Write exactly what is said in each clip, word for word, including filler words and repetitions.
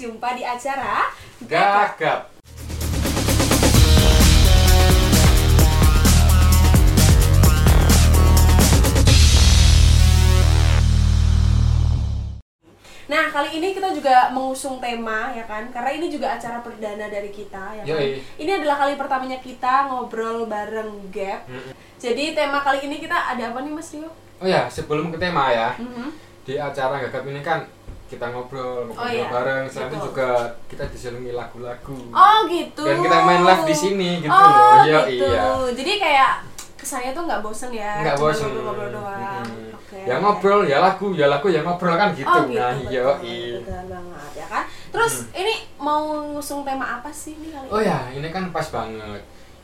jumpa di acara Gagap. Nah, kali ini kita juga mengusung tema, ya kan? Karena ini juga acara perdana dari kita, ya kan? Yoi. Ini adalah kali pertamanya kita ngobrol bareng Gap. Mm-mm. Jadi tema kali ini kita ada apa nih, Mas Rio? Oh ya, sebelum ke tema ya, Mhm. di acara Gagap ini kan kita ngobrol, ngobrol Oh, iya. bareng. Selain itu Betul. juga kita diselingi lagu-lagu. Oh, gitu. Dan kita main live di sini gitu oh, loh. Yo, gitu. iya. Jadi kayak kesannya tuh nggak bosen ya? Nggak cuma bosen. Ngobrol-ngobrol doang. Mm-mm. Oke. Ya ngobrol, ya lagu, ya lagu, ya ngobrol kan gitu. Oh, gitu. Nah, betul, yo, betul banget, ya kan? Terus ini mau ngusung tema apa sih nih kali Oh ini? ya, ini kan pas banget.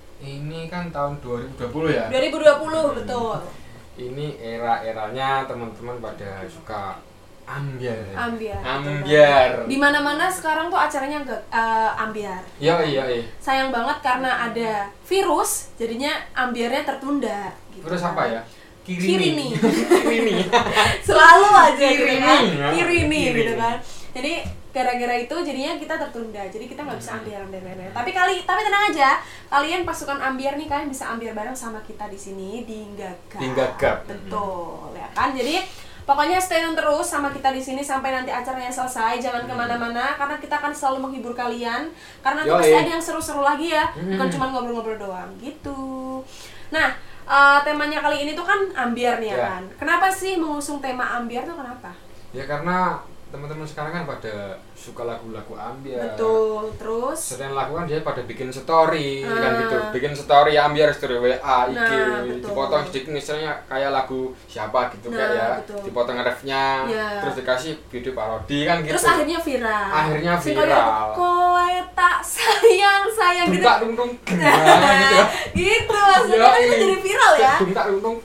Ini kan tahun dua ribu dua puluh ya. dua ribu dua puluh, Hmm. betul. Ini era-eranya teman-teman pada suka ambiar. Ambiar. betul Ambiar. banget. Di mana-mana sekarang tuh acaranya enggak eh, ambiar. Yo, iya, iya. Sayang banget karena ada virus, jadinya ambiarnya tertunda. Gitu. Terus apa ya? Kirini. Kirini. Selalu aja Kirini. gitu kan. Ya. Kirini Kirini. gitu kan. Jadi gara-gara itu jadinya kita tertunda. Jadi kita nggak bisa ambiar ambiar ambiar. Tapi kali tapi tenang aja. Kalian pasukan ambiar nih kalian bisa ambiar bareng sama kita di sini di Gagap. Di Gagap. Betul, ya kan? Jadi pokoknya stay tune terus sama kita di sini sampai nanti acaranya selesai. Jangan kemana-mana karena kita akan selalu menghibur kalian. Karena nanti Yoi. pasti ada yang seru-seru lagi ya, bukan Hmm. cuma ngobrol-ngobrol doang gitu. Nah, eh, temanya kali ini tuh kan ambiar nih ya, Ya. kan. Kenapa sih mengusung tema ambiar tuh kenapa? Ya karena teman-teman sekarang kan pada suka lagu-lagu ambiar. Betul. Terus Selain lagu kan dia pada bikin story Ah. kan gitu. Bikin story ambiar, story W A, I G, Nah, betul. dipotong sedikit misalnya kayak lagu siapa gitu Nah, kayak ya. betul. Dipotong refnya, Ya. terus dikasih video parodi kan gitu. terus akhirnya viral. Akhirnya Sing kayak, viral. Kowe tak sayang sayang gitu. Dungtak dung dung gimana gitu. Gitu maksudnya Ya, kan itu iya. jadi viral ya. Dungtak dung dung.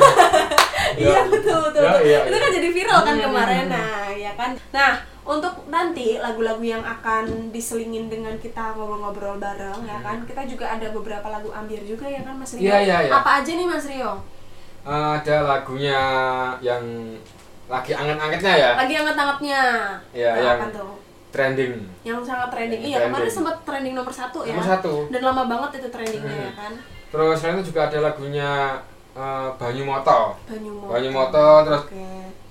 Iya betul betul, Ya, betul. iya, Itu iya. kan jadi viral kan Hmm. kemarin. Nah, ya kan. Nah, untuk nanti lagu-lagu yang akan diselingin dengan kita ngobrol-ngobrol bareng ya kan. Kita juga ada beberapa lagu ambiar juga ya kan Mas Rio. Iya, iya, iya. Apa aja nih Mas Rio? Ada lagunya yang lagi anget-angetnya ya. Lagi anget-angetnya. Iya, Nah, yang apa tuh? trending. Yang sangat trending. Yang Iya, kemarin trending. sempat trending nomor satu ya. Nomor satu. Dan lama banget itu trendingnya Hmm. ya kan. Terus selain itu juga ada lagunya eh, Banyu Moto. Banyu Moto. Banyu Moto, terus Oke.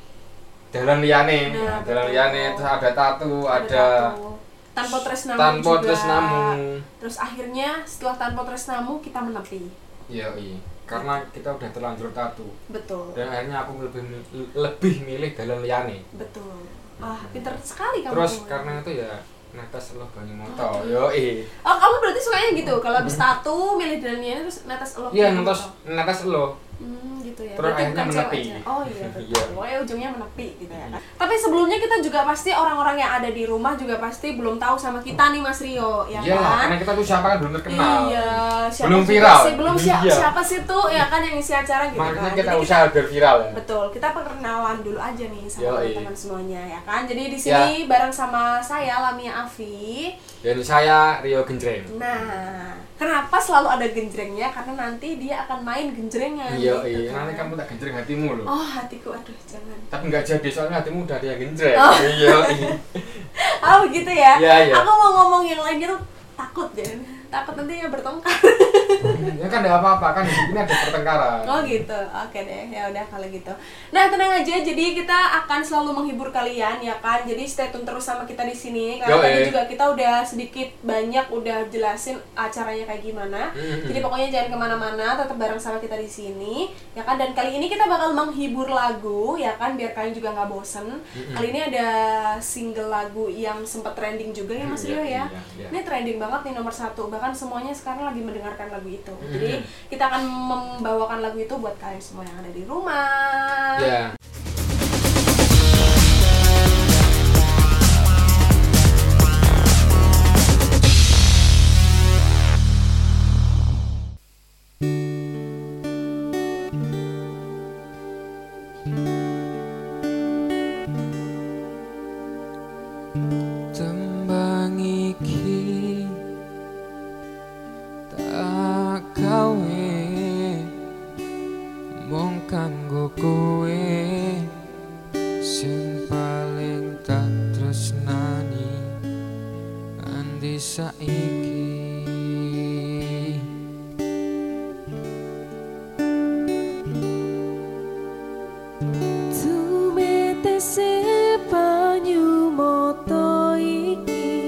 Dalan Liyane. Nah, Nah, Dalan betul. Liyane, terus ada Tatu, ada Tatu. Tanpa Tresnamu Tanpa juga. Tresnamu. Terus akhirnya setelah Tanpa Tresnamu kita menepi. Iya, iya. Karena kita udah terlanjur Tatu. Betul. Dan akhirnya aku lebih lebih milih Dalan Liyane. Betul. Ah, pinter sekali kamu. Terus tuh. karena itu ya netes lo Banyu Moto. Oke. Yo, iya. Oh, kamu berarti sukanya gitu. Kalau habis tato milih Daniel terus netes elok. Iya, gitu. netes netes lo. Hmm, gitu ya. Terus Berarti akhirnya bukan cewek menepi. aja. Oh iya betul. Iya. Pokoknya ujungnya menepi gitu ya kan. Tapi sebelumnya kita juga pasti orang-orang yang ada di rumah juga pasti belum tahu sama kita nih Mas Rio, ya Iya, kan? karena kita tuh siapa kan belum terkenal. Iya, siapa Belum juga viral. sih? Belum siapa, Iya. siapa sih tuh ya kan yang isi acara gitu Makanya kan. kita Jadi usaha biar viral ya. betul, kita perkenalan dulu aja nih sama Yoi. teman-teman semuanya ya kan. Jadi di sini bareng sama saya Lamia Afi. Dan saya Rio Genjreng. Nah, kenapa selalu ada genjrengnya? Karena nanti dia akan main genjrengan. Iya, gitu iya. kan. Nanti kamu tak genjreng hatimu loh. Oh, hatiku aduh jangan. Tapi nggak jadi soalnya hatimu udah ada yang genjreng. Oh. Iya, iya. Oh, gitu ya. Iya, iya. Aku mau ngomong yang lain gitu takut ya. Takut nanti ya bertengkar. Ya kan nggak apa-apa kan di sini ada pertengkaran. Oh gitu, oke deh, ya udah kalau gitu. Nah tenang aja, jadi kita akan selalu menghibur kalian ya kan. Jadi stay tune terus sama kita di sini. Karena Yo, tadi eh. juga kita udah sedikit banyak udah jelasin acaranya kayak gimana. Mhm. Jadi pokoknya jangan kemana-mana, tetap bareng sama kita di sini ya kan. Dan kali ini kita bakal menghibur lagu ya kan, biar kalian juga nggak bosen. Mhm. Kali ini ada single lagu yang sempat trending juga ya Mas Iya, Rio ya. iya, iya. Ini trending banget nih nomor satu. Bahkan semuanya sekarang lagi mendengarkan lagu itu. Mhm. Jadi kita akan membawakan lagu itu buat kalian semua yang ada di rumah. Ya. Tembang iki tak gawe mung kanggo kowe saiki. Tumetese banyu mata iki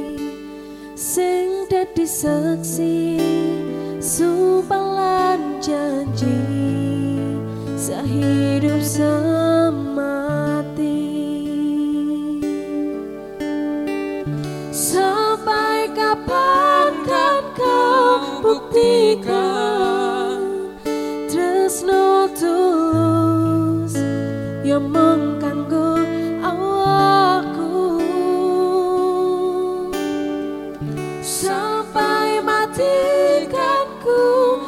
sing dadi saksi sumpah lan janji sehidup semati. Sampai kapan kan kau buktikan tresno tulus yang mengganggu awakku. Sampai mati kan ku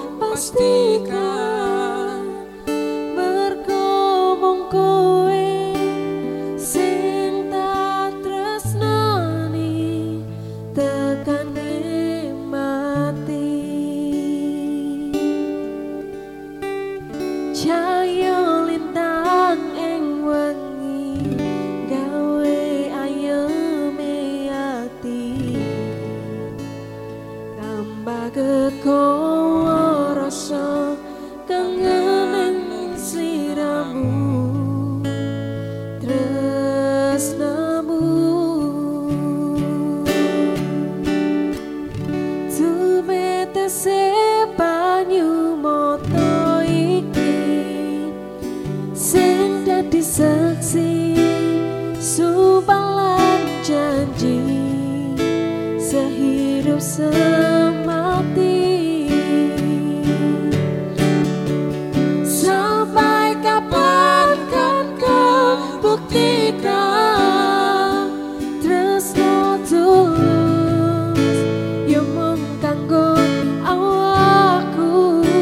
pastikan bergomong kowe sing tak tresnani tekane mati. Cahaya lintang ing wengi gawe ayeme ati tambah kekowo rasa kangen sliramu tresnamu. Tumetese banyu mata iki sing dadi saksi sumpah lan janji sehidup semati. Sampai kapan kan kau buktikan tresno tulus yang mengganggu awakku.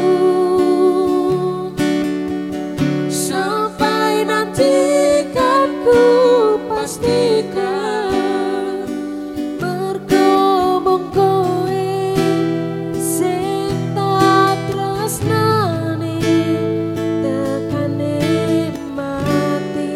Sampai nanti kan ku pastikan bergomong kowe sing tak tresnani tekane mati.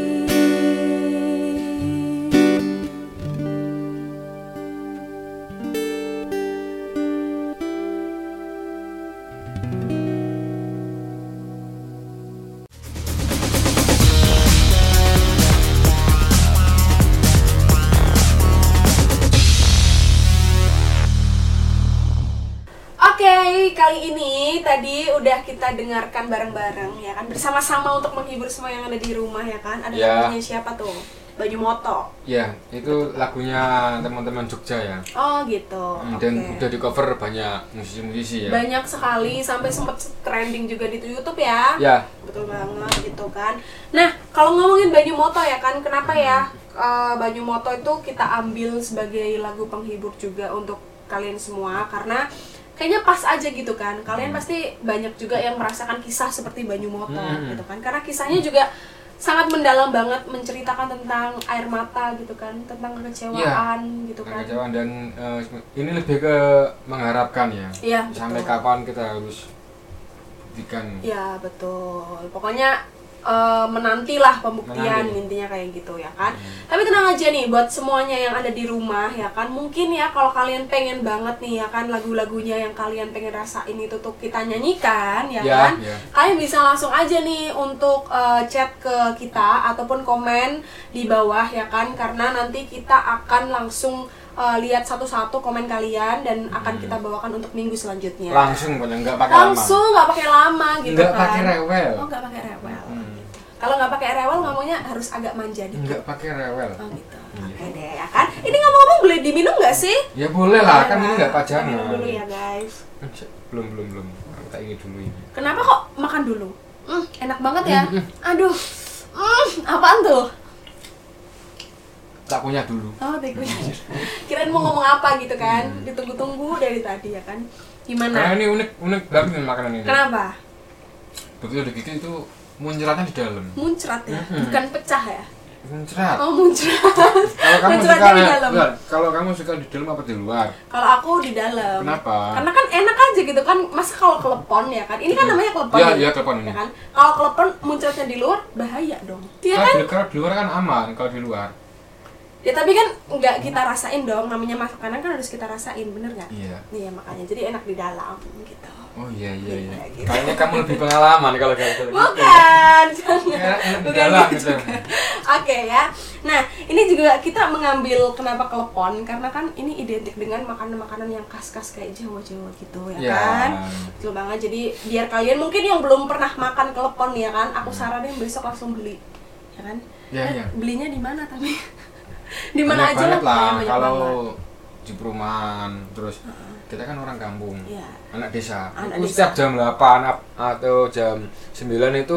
Oke, kali ini tadi udah kita dengarkan bareng-bareng ya kan, bersama-sama untuk menghibur semua yang ada di rumah ya kan. Ada Ya. lagunya siapa tuh? Banyu Moto. Ya, itu lagunya teman-teman Jogja ya. Oh gitu. Hmm, Oke. Dan udah di cover banyak musisi-musisi ya. Banyak sekali sampai sempat trending juga di YouTube ya. Ya, Betul banget gitu kan. Nah, kalau ngomongin Banyu Moto ya kan, kenapa ya eh, Banyu Moto itu kita ambil sebagai lagu penghibur juga untuk kalian semua, karena kayaknya pas aja gitu kan. Kalian pasti banyak juga yang merasakan kisah seperti Banyu Moto Hmm. gitu kan. Karena kisahnya juga sangat mendalam banget, menceritakan tentang air mata gitu kan, tentang kekecewaan gitu kan. kekecewaan dan eh, ini lebih ke mengharapkan ya. Iya, Sampai betul. kapan kita harus buktikan. Ya betul, pokoknya uh, menantilah pembuktian, Menanti. intinya kayak gitu ya kan. Hmm. Tapi tenang aja nih buat semuanya yang ada di rumah ya kan, mungkin ya kalau kalian pengen banget nih ya kan lagu-lagunya yang kalian pengen rasain itu tuh kita nyanyikan ya, Ya, kan, ya. kalian bisa langsung aja nih untuk uh, chat ke kita ataupun komen di bawah ya kan, karena nanti kita akan langsung uh, lihat satu-satu komen kalian dan akan kita bawakan untuk minggu selanjutnya. Langsung pokoknya nggak pakai lama. Langsung nggak pakai lama gitu Nggak kan. pakai rewel. Oh nggak pakai rewel. Hmm. Kalau nggak pakai rewel ngomongnya harus agak manja dikit. Nggak pakai rewel. Oh gitu. Iya. Oke deh ya kan. Ini ngomong-ngomong boleh diminum nggak sih? Ya boleh lah, kan Boleh ini lah. nggak Kita pajangan. minum dulu ya guys. Belum belum belum. Kita ingin dulu ini. Kenapa kok makan dulu? Hmm, enak banget ya. Hmm, Aduh. Hmm, apaan tuh? Tak punya dulu. Oh, tekunya. Kirain mau ngomong apa gitu kan? Ditunggu-tunggu dari tadi ya kan. Karena Gimana? ini unik unik banget nih makanan ini. Kenapa? Begitu digigit itu muncratnya di dalam. Muncrat ya, Mm-mm. bukan pecah ya. Muncrat. Oh, muncrat. Kalau kamu suka Muncratnya di dalam. enggak, kalau kamu suka di dalam apa di luar? Kalau aku di dalam. Kenapa? Karena kan enak aja gitu kan. Masa kalau kelepon ya kan. Ini kan namanya kelepon. Iya, ya? iya, kelepon ini. Ya kan? Kalau kelepon muncratnya di luar bahaya dong. Iya Kalau kan? di, kalau di luar kan aman kalau di luar. Ya tapi kan nggak kita rasain dong, namanya makanan kan harus kita rasain, bener nggak? Iya. Iya makanya jadi enak di dalam gitu. Oh iya iya iya. Gitu. Kayaknya kamu lebih pengalaman kalau kayak gitu. Bukan, jangan. Ya, enak di Bukan dalam gitu gitu. juga. Oke ya. Nah ini juga kita mengambil kenapa klepon karena kan ini identik dengan makanan-makanan yang khas-khas kayak Jawa-Jawa gitu ya, Ya. kan. Betul banget. Jadi biar kalian mungkin yang belum pernah makan klepon ya kan, aku saranin besok langsung beli, ya kan? Iya, Eh, iya. Belinya di mana tapi? Di mana Banyak aja banget lah banyak kalau banget. di perumahan terus kita kan orang kampung, Iya. anak desa. Anak Itu desa. setiap jam delapan ap- atau jam sembilan itu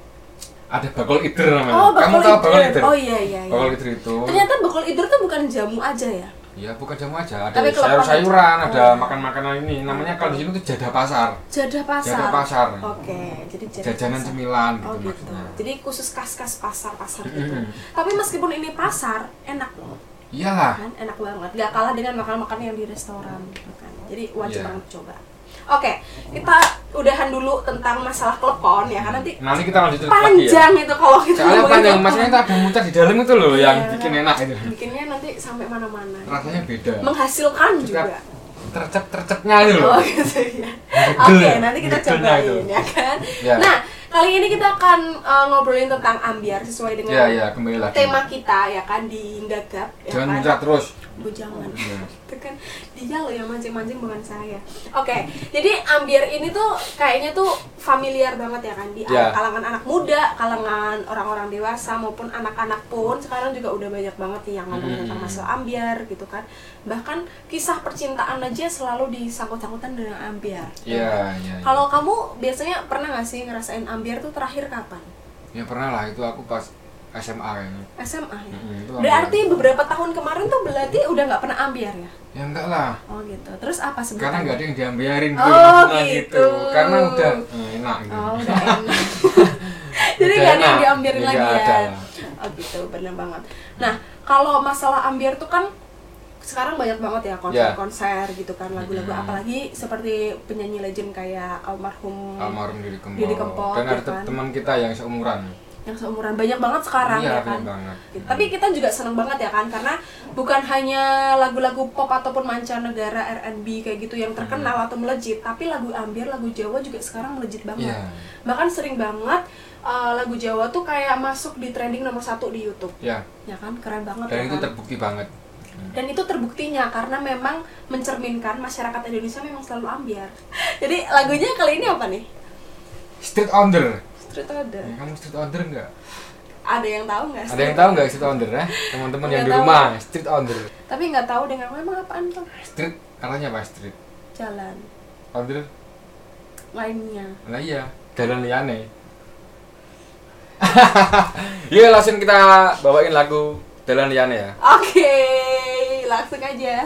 ada bakul ider namanya. Oh, Kamu bakul tahu ider. bakul ider? Oh iya iya. iya. Bakul ider itu. Ternyata bakul ider tuh bukan jamu aja ya. Ya bukan jamu aja, ada Tapi kelepon sayur-sayuran, aja. ada Oh. makan-makanan ini. Namanya kalau di sini tuh jadah pasar. Jadah pasar. Jadah pasar. Oke, jadi jadah Jajanan pasar. cemilan gitu Oh gitu. maksudnya. Jadi khusus kas-kas pasar-pasar gitu. Mm-mm. Tapi meskipun ini pasar, enak loh. Iyalah. Kan enak banget. Gak kalah dengan makan-makan yang di restoran gitu kan. Jadi wajib Iya. banget coba. Oke, kita udahan dulu tentang masalah klepon ya kan nanti Nanti kita lanjutin lagi ya. panjang itu kalau kita Soalnya ngomongin panjang, klepon. maksudnya itu ada muncrat di dalam itu loh yang Iya. bikin enak itu. Bikinnya nanti sampai mana-mana. Rasanya beda. Menghasilkan Kita juga. tercep-tercepnya itu loh. Oh gitu ya. Gede. Oke, nanti kita Gedenya cobain itu. ya kan. Ya. Nah, kali ini kita akan uh, ngobrolin tentang ambiar sesuai dengan Iya, iya, kembali lagi. tema kita ya kan di Gagap ya Jangan kan. muncrat terus. Bu jangan. Iya. Itu kan dia loh yang mancing-mancing bukan saya. Oke, jadi ambiar ini tuh kayaknya tuh familiar banget ya kan di Ya. kalangan anak muda, kalangan orang-orang dewasa maupun anak-anak pun sekarang juga udah banyak banget nih yang ngomongin Hmm. tentang masalah ambiar gitu kan. Bahkan kisah percintaan aja selalu disangkut-sangkutan dengan ambiar. Iya, iya. iya. Kalau kamu biasanya pernah nggak sih ngerasain ambiar tuh terakhir kapan? Ya pernah lah, itu aku pas S M A kayaknya. S M A ya? Mm-mm, itu Berarti ambiar. beberapa tahun kemarin tuh berarti udah nggak pernah ambiar ya? Ya enggak lah. Oh gitu. Terus apa sebenarnya? Karena enggak ada yang diambiarin Oh, gitu, maksudnya gitu. Karena udah eh, enak gitu. Oh udah enak. Jadi Udah nggak ada yang enak. diambiarin Ya, lagi nggak ya? ada lah. Oh gitu, bener banget. Nah, kalau masalah ambiar tuh kan sekarang banyak banget ya konser-konser gitu kan, lagu-lagu Mm-mm. apalagi seperti penyanyi legend kayak almarhum Almarhum Didi Kempot. Didi Kempot, Dan ada ya kan? teman kita yang seumuran. yang seumuran banyak banget sekarang Iya, ya kan. banyak banget. Gitu. Tapi kita juga seneng banget ya kan karena bukan hanya lagu-lagu pop ataupun mancanegara R and B kayak gitu yang terkenal atau melejit, tapi lagu ambiar, lagu Jawa juga sekarang melejit banget. Iya. Bahkan sering banget uh, lagu Jawa tuh kayak masuk di trending nomor satu di YouTube. Ya. Ya kan, keren banget Dan ya itu kan? terbukti banget. Dan itu terbuktinya karena memang mencerminkan masyarakat Indonesia memang selalu ambiar. Jadi lagunya kali ini apa nih? Street Onder. Street Order. Ya, kamu Street Onder enggak? Ada yang tahu nggak? Ada yang tahu nggak Street Onder ya? Teman-teman yang Nggak di tahu. rumah, Street Onder. Tapi nggak tahu dengan memang apaan tuh? Street arahnya apa street? Jalan Onder. lainnya. Lah iya, jalan liane. Yuk langsung kita bawain lagu Jalan Liane ya. Oke, langsung aja.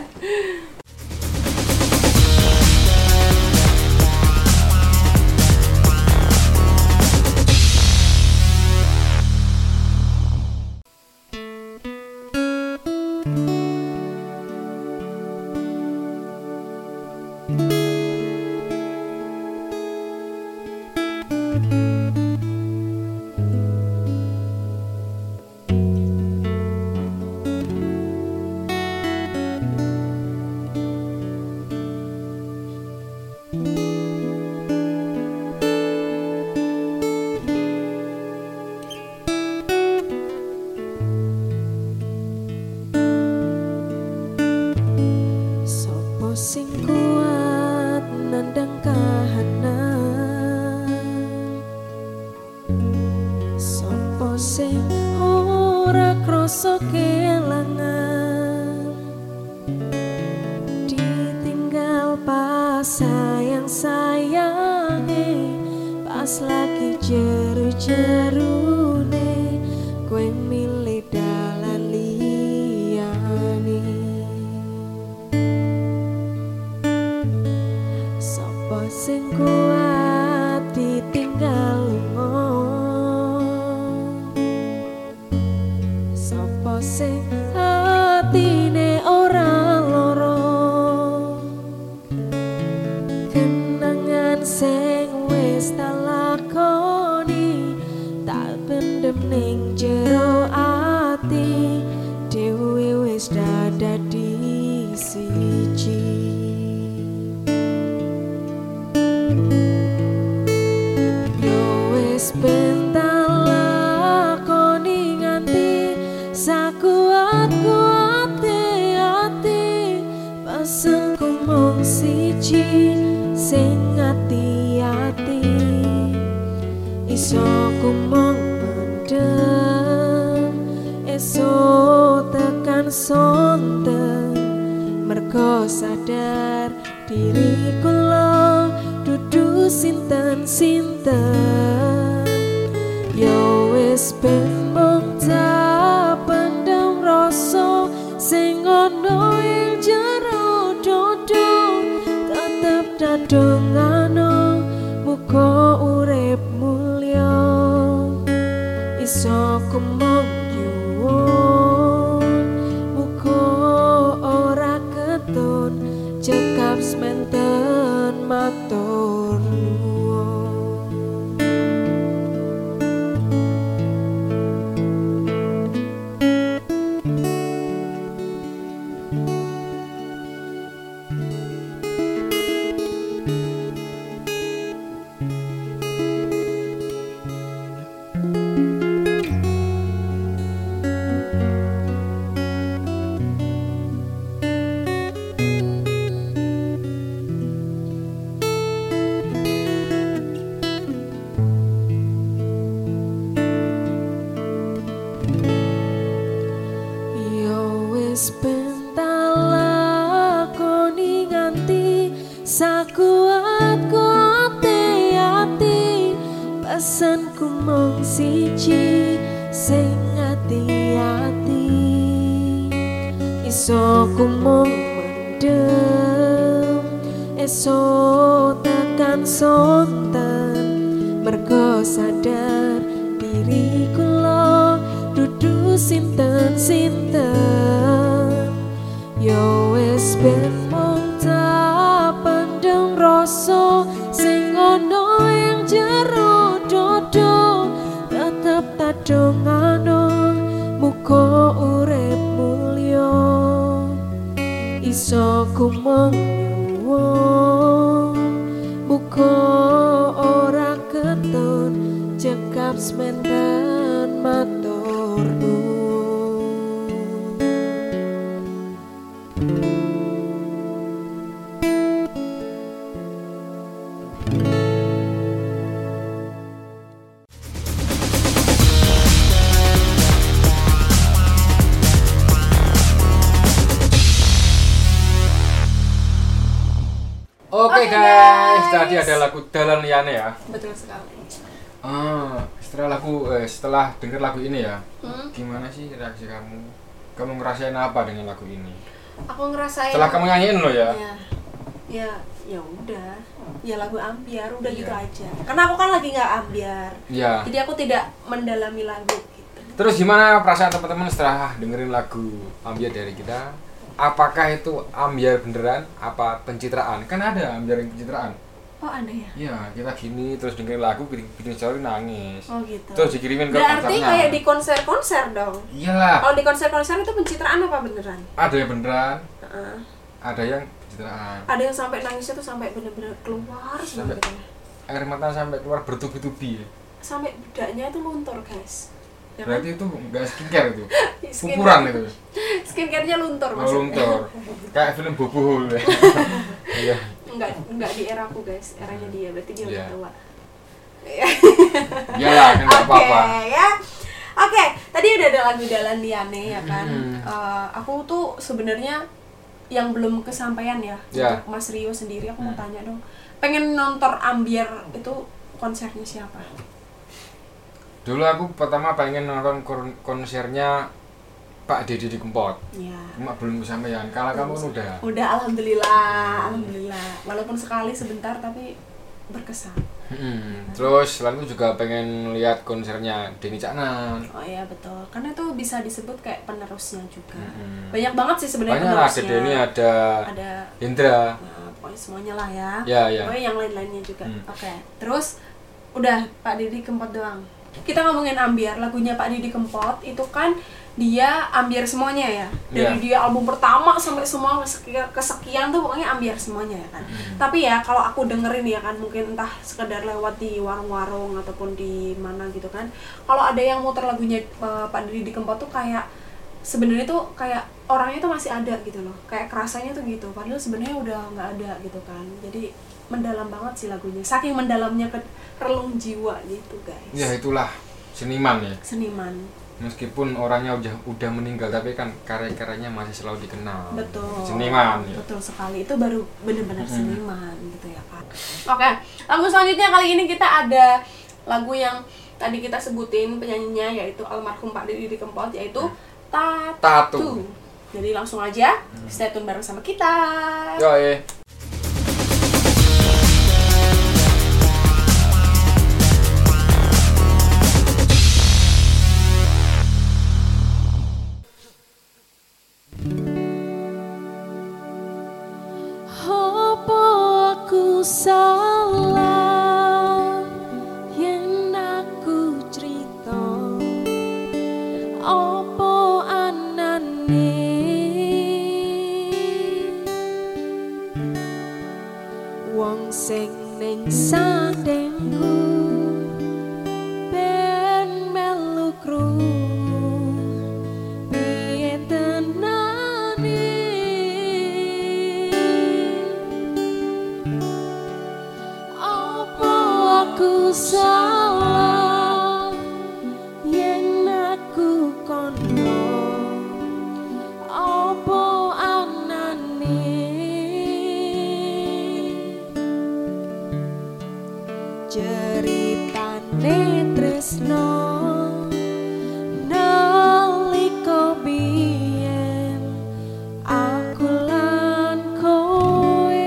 Sopo sing kuat nandang kahanan, sopo sing ora krasa kelangan, ditinggal pas sayang-sayange, pas lagi jeru-jerune kowe milih dalan liyane. Sapa sing kuat ditinggal lunga, sapa sing atine ora lara, kenangan sing wis tak lakoni tak pendem ning jero ati dhewe siji sing ati-ati iso kumong mendem esok tekan sonten mergo sadar diri kula dudu sinten-sinten yo wis ben mung tak pendam rasa sing ono ing jero dodo tetep dadongano muga urip mulya iso kumong nyuwun muga ora ketun cekap sementen matur nuwun. Wis ben tak lakoni nganti sakuatku ati-ati pesanku mung siji sing ati-ati iso ku mung mendem esok tekan sonten mergo sadar diri kula dudu sinten-sinten yo wis ben mung tak pendem rasa sing ono ing jero dodo tetep tadongano muga urip mulya iso kumong nyuwun muga ora ketun cekap sementen matur nuwun. Oke Oke, guys, guys. tadi ada lagu Dalan Liyane ya. Betul sekali. Ah, setelah lagu eh, setelah denger lagu ini ya, Hmm? gimana sih reaksi kamu? Kamu ngerasain apa dengan lagu ini? Aku ngerasain Setelah kamu nyanyiin loh ya. ya ya ya udah ya lagu ambiar udah Iya. gitu aja karena aku kan lagi nggak ambiar Ya. jadi aku tidak mendalami lagu gitu. Terus gimana perasaan teman-teman setelah dengerin lagu ambiar dari kita? Apakah itu ambiar beneran apa pencitraan? Kan ada ambiar yang pencitraan. Oh ada ya. Iya, kita gini terus dengerin lagu bikin, bikin story nangis. Oh gitu. Terus dikirimin ke Berarti pacarnya. kayak di konser-konser dong. Iyalah. Kalau di konser-konser itu pencitraan apa beneran? Ada yang beneran, Heeh. ada yang pencitraan. Ada yang sampai nangisnya tuh sampai bener-bener keluar Sampai- sampai gitu. Air mata sampai keluar bertubi-tubi. Sampai bedaknya itu luntur guys. Ya kan? Berarti itu enggak skincare itu. Skincare- Pupuran itu. Skincare-nya luntur Oh, maksudnya. luntur. Kayak film Bobohol. Iya. Enggak enggak di era aku guys, eranya dia berarti dia Iya. udah tua. Iyalah, kan enggak Oke apa-apa. ya. Oke, tadi udah ada lagu Dalan Liyane ya kan. Hmm. Eh, aku tuh sebenarnya yang belum kesampaian ya, Ya. untuk Mas Rio sendiri aku mau Hmm. tanya dong. Pengen nonton ambiar itu konsernya siapa? Dulu aku pertama pengen nonton kon- konsernya Pak Deddy di Kempot. Ya. Cuma belum kesampaian. Kalau kamu kan udah. Udah alhamdulillah, alhamdulillah. Walaupun sekali sebentar tapi berkesan. Hmm. Terus selain itu juga pengen lihat konsernya Denny Caknan. Oh iya betul. Karena itu bisa disebut kayak penerusnya juga. Hmm. Banyak banget sih sebenarnya Banyak lah, ada penerusnya. Denny, ada ada Hendra. nah, pokoknya semuanya lah ya. Ya, ya. Pokoknya yang lain-lainnya juga. Hmm. Oke. Terus udah Pak Didi Kempot doang. Kita ngomongin ambiar, lagunya Pak Didi Kempot itu kan dia ambiar semuanya ya. Dari Ya. dia album pertama sampai semua kesekian, kesekian tuh pokoknya ambiar semuanya ya kan. Hmm. Tapi ya kalau aku dengerin ya kan mungkin entah sekedar lewat di warung-warung ataupun di mana gitu kan. Kalau ada yang muter lagunya uh, Pak Didi Kempot tuh kayak sebenarnya tuh kayak orangnya tuh masih ada gitu loh, kayak kerasanya tuh gitu, padahal sebenarnya udah nggak ada gitu kan. Jadi mendalam banget sih lagunya, saking mendalamnya ke relung jiwa gitu guys. Ya itulah seniman ya. Seniman. Meskipun orangnya udah udah meninggal, tapi kan karya-karyanya masih selalu dikenal. Betul. Seniman. Ya. Betul sekali, itu baru benar-benar hmm. seniman gitu ya kan. Oke, lagu selanjutnya kali ini kita ada lagu yang tadi kita sebutin penyanyinya, yaitu almarhum Pak Didi Kempot, yaitu Tatu. Tatu. Jadi langsung aja stay tune bareng sama kita. Yoi. Apa aku salah yen aku cerita, apa anane wong sing ning sandengku ben melu krungu piye tenane. Apa aku salah yen aku kondo, apa anane ceritane tresno nalika biyen aku lan kowe.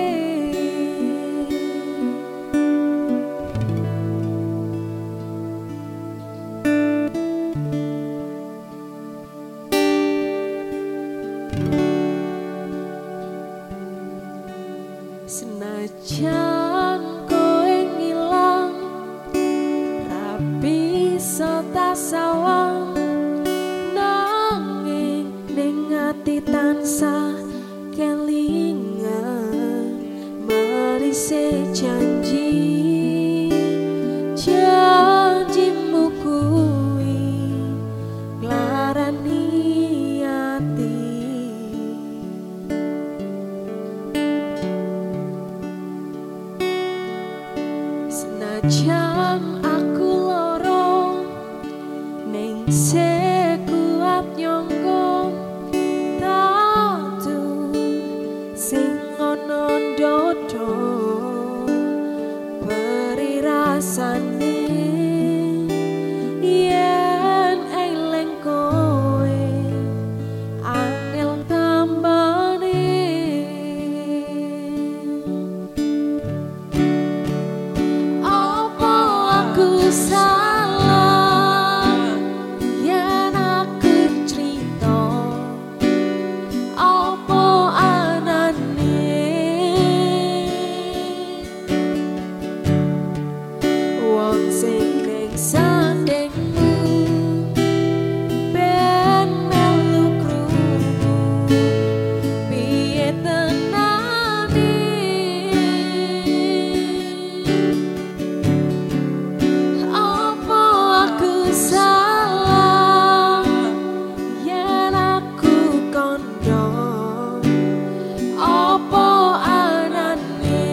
Senajan kowe ngilang, ra bisa tak sawang, nanging ning ati tansah kelingan marise janji, janjimu kuwi nglarani ati. Senajan aku loro ning sekuat nyangka tatu sing ana ndodo beri rasane yen eling kowe angel tambane. Apa aku salah yen aku cerita, apa anane wong sing ning sandengmu ben melu krungu piye tenane. Apa aku salah yen aku kondo, apa anane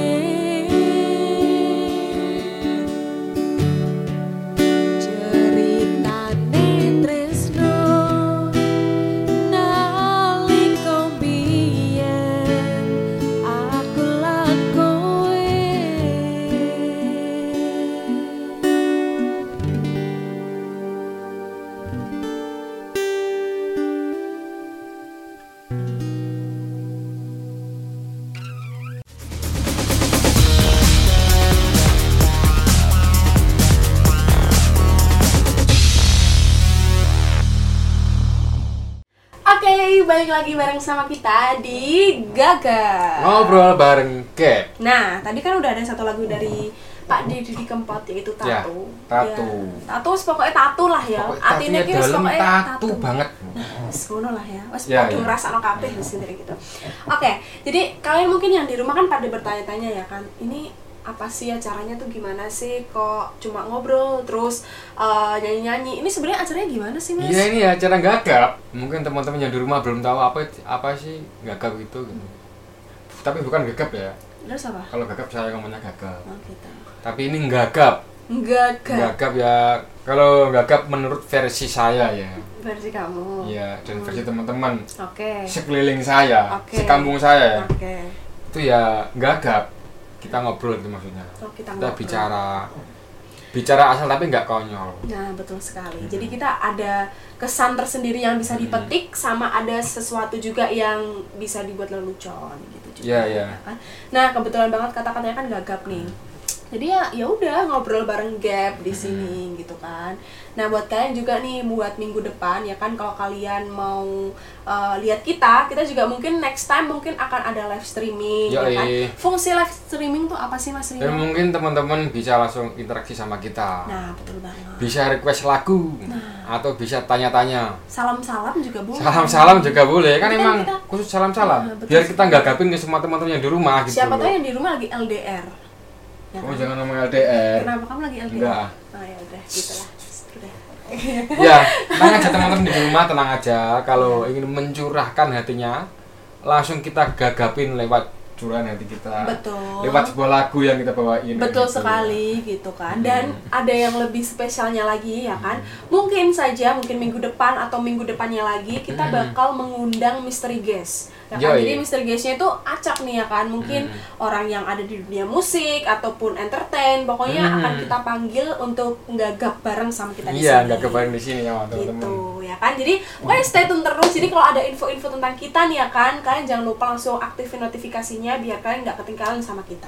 ceritane tresno nalika biyen aku lan kowe. Oke, balik lagi bareng sama kita di Gaga. Ngobrol bareng Kep. Nah, tadi kan udah ada satu lagu dari Pak Didi Kempot, yaitu Tatu. Ya, Tatu. Ya, Tatu pokoknya tatu lah ya. Pokoknya Artinya tatunya ki dalam pokoknya tatu banget. Nah, wis ngono lah ya. Wis Ya, padha ya. ngrasakno kabeh wis gitu. Oke, jadi kalian mungkin yang di rumah kan pada bertanya-tanya ya kan, ini apa sih acaranya tuh gimana sih, kok cuma ngobrol terus uh, nyanyi-nyanyi. Ini sebenarnya acaranya gimana sih, Mas? Iya, ini acara gagap. Mungkin teman-teman yang di rumah belum tahu apa apa sih gagap itu gitu. Tapi bukan gagap ya. Terus apa? Kalau gagap saya ngomongnya gagap. Oh, gitu. Tapi ini gagap. Gagap. Gagap ya. Kalau gagap menurut versi saya ya. Versi kamu. Iya, dan versi teman-teman. Oke. Sekeliling saya, Oke. sekampung saya ya. Oke. Itu ya gagap. Kita ngobrol itu maksudnya. Oh, kita kita ngobrol. bicara bicara asal tapi nggak konyol. Nah, betul sekali. Hmm. Jadi kita ada kesan tersendiri yang bisa dipetik, sama ada sesuatu juga yang bisa dibuat lelucon gitu juga. Iya, iya. Kan? Nah, kebetulan banget kata-katanya kan gagap nih. Jadi ya ya udah ngobrol bareng Gap di sini gitu kan. Nah, buat kalian juga nih buat minggu depan ya kan, kalau kalian mau uh, lihat kita, kita juga mungkin next time mungkin akan ada live streaming ya kan. Fungsi live streaming tuh apa sih, Mas Rino? Dan mungkin teman-teman bisa langsung interaksi sama kita. Nah, betul banget. Bisa request lagu Nah. atau bisa tanya-tanya. Salam-salam juga boleh. Salam-salam juga boleh. Kan Tapi kan emang kita- khusus salam-salam. Nah, betul Biar sekali. kita nggak gapin ke semua teman-teman yang di rumah gitu. Siapa tahu loh. yang di rumah lagi L D R. Ya Oh, kan? jangan ngomong L D R. Kenapa kamu lagi L D R? Enggak. Oh ya udah, gitulah. Udah. Ya, tenang aja teman-teman di rumah, tenang aja. Kalau ingin mencurahkan hatinya, langsung kita gagapin lewat curahan hati kita. Betul. Lewat sebuah lagu yang kita bawain. Betul gitu. sekali gitu kan. Dan Hmm. ada yang lebih spesialnya lagi ya kan. Mungkin saja mungkin minggu depan atau minggu depannya lagi kita Hmm. bakal mengundang mystery guest. Ya kan? Yoi. Jadi mystery guestnya itu acak nih ya kan. Mungkin Hmm. orang yang ada di dunia musik ataupun entertain, pokoknya Hmm. akan kita panggil untuk nggagap bareng sama kita di Iya, sini. nggak kebayang di sini ya teman-teman. Gitu ya kan. Jadi pokoknya stay tune terus. Jadi kalau ada info-info tentang kita nih ya kan, kalian jangan lupa langsung aktifin notifikasinya biar kalian nggak ketinggalan sama kita.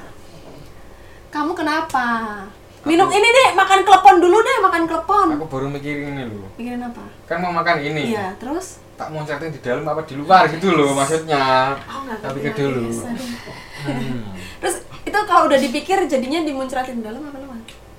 Kamu kenapa? Minum ini deh, makan klepon dulu deh, makan klepon. Aku baru mikirin ini loh. Mikirin apa? Kan mau makan ini. Iya, terus? Tak mau chatting di dalam apa di luar gitu loh maksudnya. Oh, nggak Tapi ngerti ke dulu. lagi, aduh. Hmm. Terus itu kalau udah dipikir jadinya dimuncratin di dalam apa luar?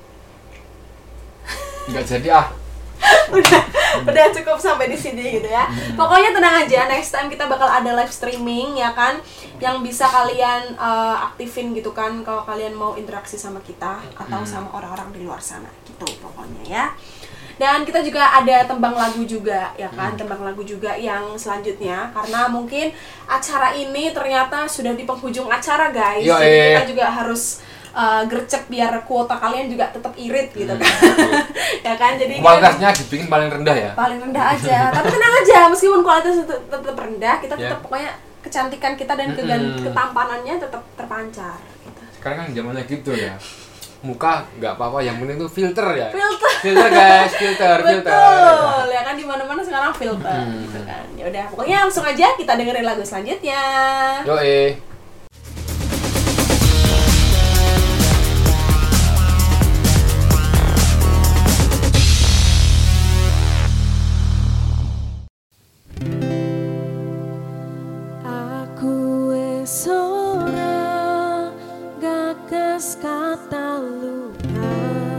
Nggak jadi ah. udah udah cukup sampai di sini gitu ya. Pokoknya tenang aja, next time kita bakal ada live streaming ya kan, yang bisa kalian uh, aktifin gitu kan kalau kalian mau interaksi sama kita atau sama orang-orang di luar sana gitu pokoknya ya. Dan kita juga ada tembang lagu juga ya kan, tembang lagu juga yang selanjutnya, karena mungkin acara ini ternyata sudah di penghujung acara guys. Yo, Jadi eh. kita juga harus uh, gercep biar kuota kalian juga tetap irit gitu kan. Ya kan, jadi Kualitasnya dibikin paling rendah ya. paling rendah aja. Tapi tenang aja, meskipun kualitas tetap, tetap rendah, kita tetap Ya. pokoknya kecantikan kita dan kegan- Mm-mm. ketampanannya tetap terpancar gitu. Sekarang kan zamannya gitu ya. Muka nggak apa-apa, yang penting tuh filter ya. Filter. Filter guys, filter, filter. Betul, ya kan di mana-mana sekarang filter Hmm. gitu kan. Ya udah, pokoknya langsung aja kita dengerin lagu selanjutnya. Yo eh. Aku wis ora gagas kata luka,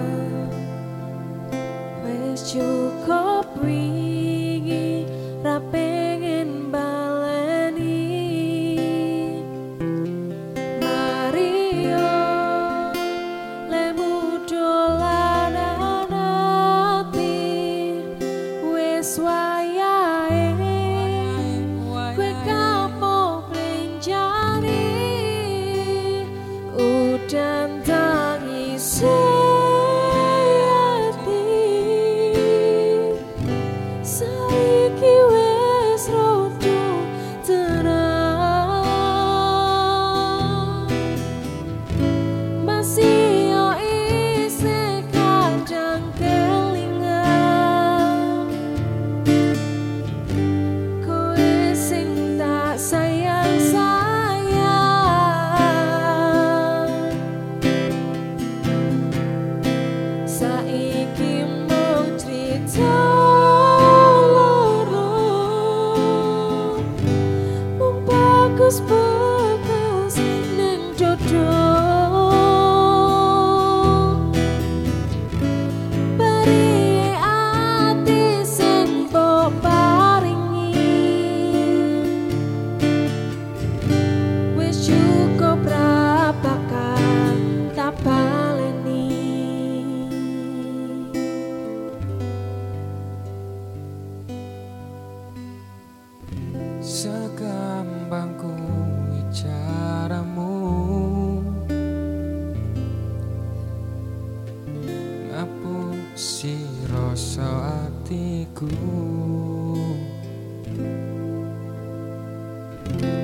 wis cukup wingi ra pengen baleni. Mario lemu dolanan ati wis wayahe kowe kapok lenjari udan tangis hati saiki wis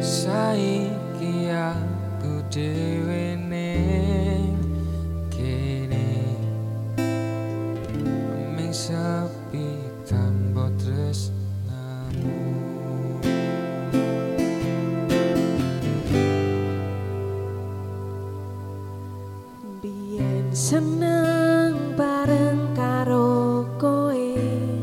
saiki aku dhewe ning kene mung sepi tanpa tresnamu. Biyen seneng bareng karo koe,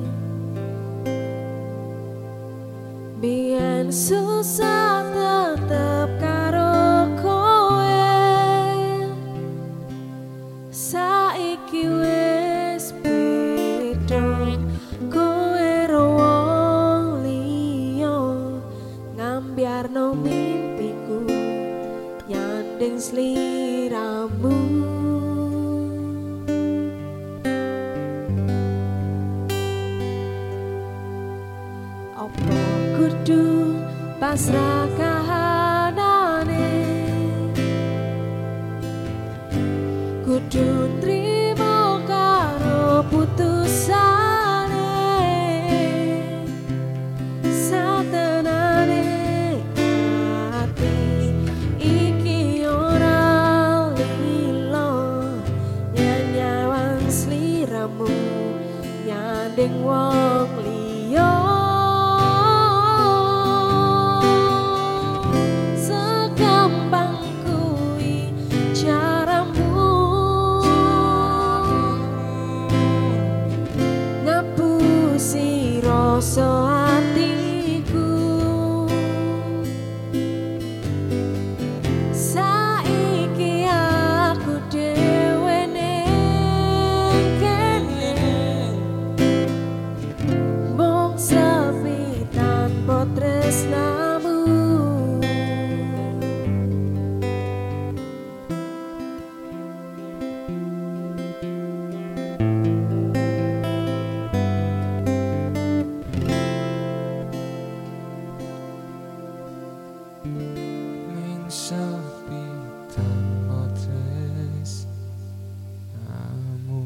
biyen susah tetep karo koe, saiki wis beda, koe ro wong liya, ngambyarno mimpiku nyanding sliramu. Apa kudu pasrah kahanane, kudu trimo karo putusane, satenane ati iki ora lilo, nyanyawang sliramu nyanding wong liya. Rasa hatiku saiki aku dhewe ning kene mung sepi tanpa tresnamu. Sepi tanpa tresnamu.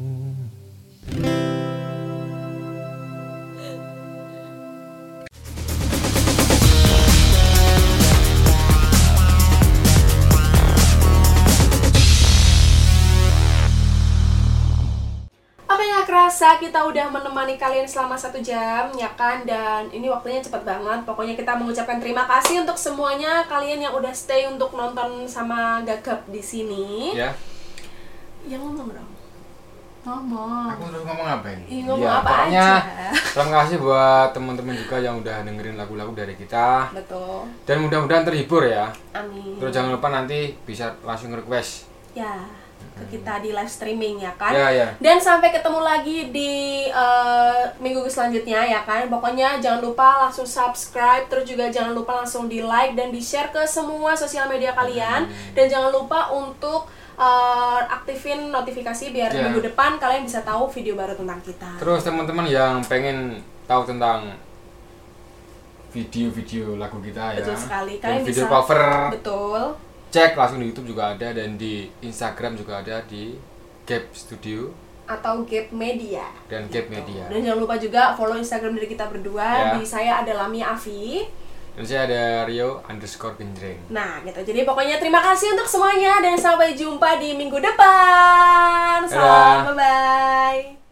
Oke, nggak kerasa kita udah menemani kalian selama satu jam, ya kan? Dan ini waktunya cepet banget. Pokoknya kita mengucapkan terima kasih untuk semuanya kalian yang udah stay untuk nonton sama Gagap di sini. Ya. Ya ngomong dong. Ngomong. Aku terus ngomong apa ini? Ih, ngomong ya, apa pokoknya aja. terima kasih buat teman-teman juga yang udah dengerin lagu-lagu dari kita. Betul. Dan mudah-mudahan terhibur ya. Amin. Terus jangan lupa nanti bisa langsung request. Ya, ke kita di live streaming ya kan. Ya, ya. Dan sampai ketemu lagi di uh, minggu selanjutnya ya kan. Pokoknya jangan lupa langsung subscribe, terus juga jangan lupa langsung di like dan di share ke semua sosial media kalian. Hmm. Dan jangan lupa untuk uh, aktifin notifikasi biar Ya. minggu depan kalian bisa tahu video baru tentang kita. Terus teman-teman yang pengen tahu tentang video-video lagu kita ya. Betul sekali. Dan Kalian video bisa cover. Betul. Cek langsung di YouTube juga ada dan di Instagram juga ada di Gap Studio Atau Gap Media. dan Gap Media. Dan jangan lupa juga follow Instagram dari kita berdua. Ya. Di saya ada Lamia Afi. Dan saya ada Rio underscore Genjreng. Nah gitu, jadi pokoknya terima kasih untuk semuanya dan sampai jumpa di minggu depan. Salam, Dadah. bye-bye.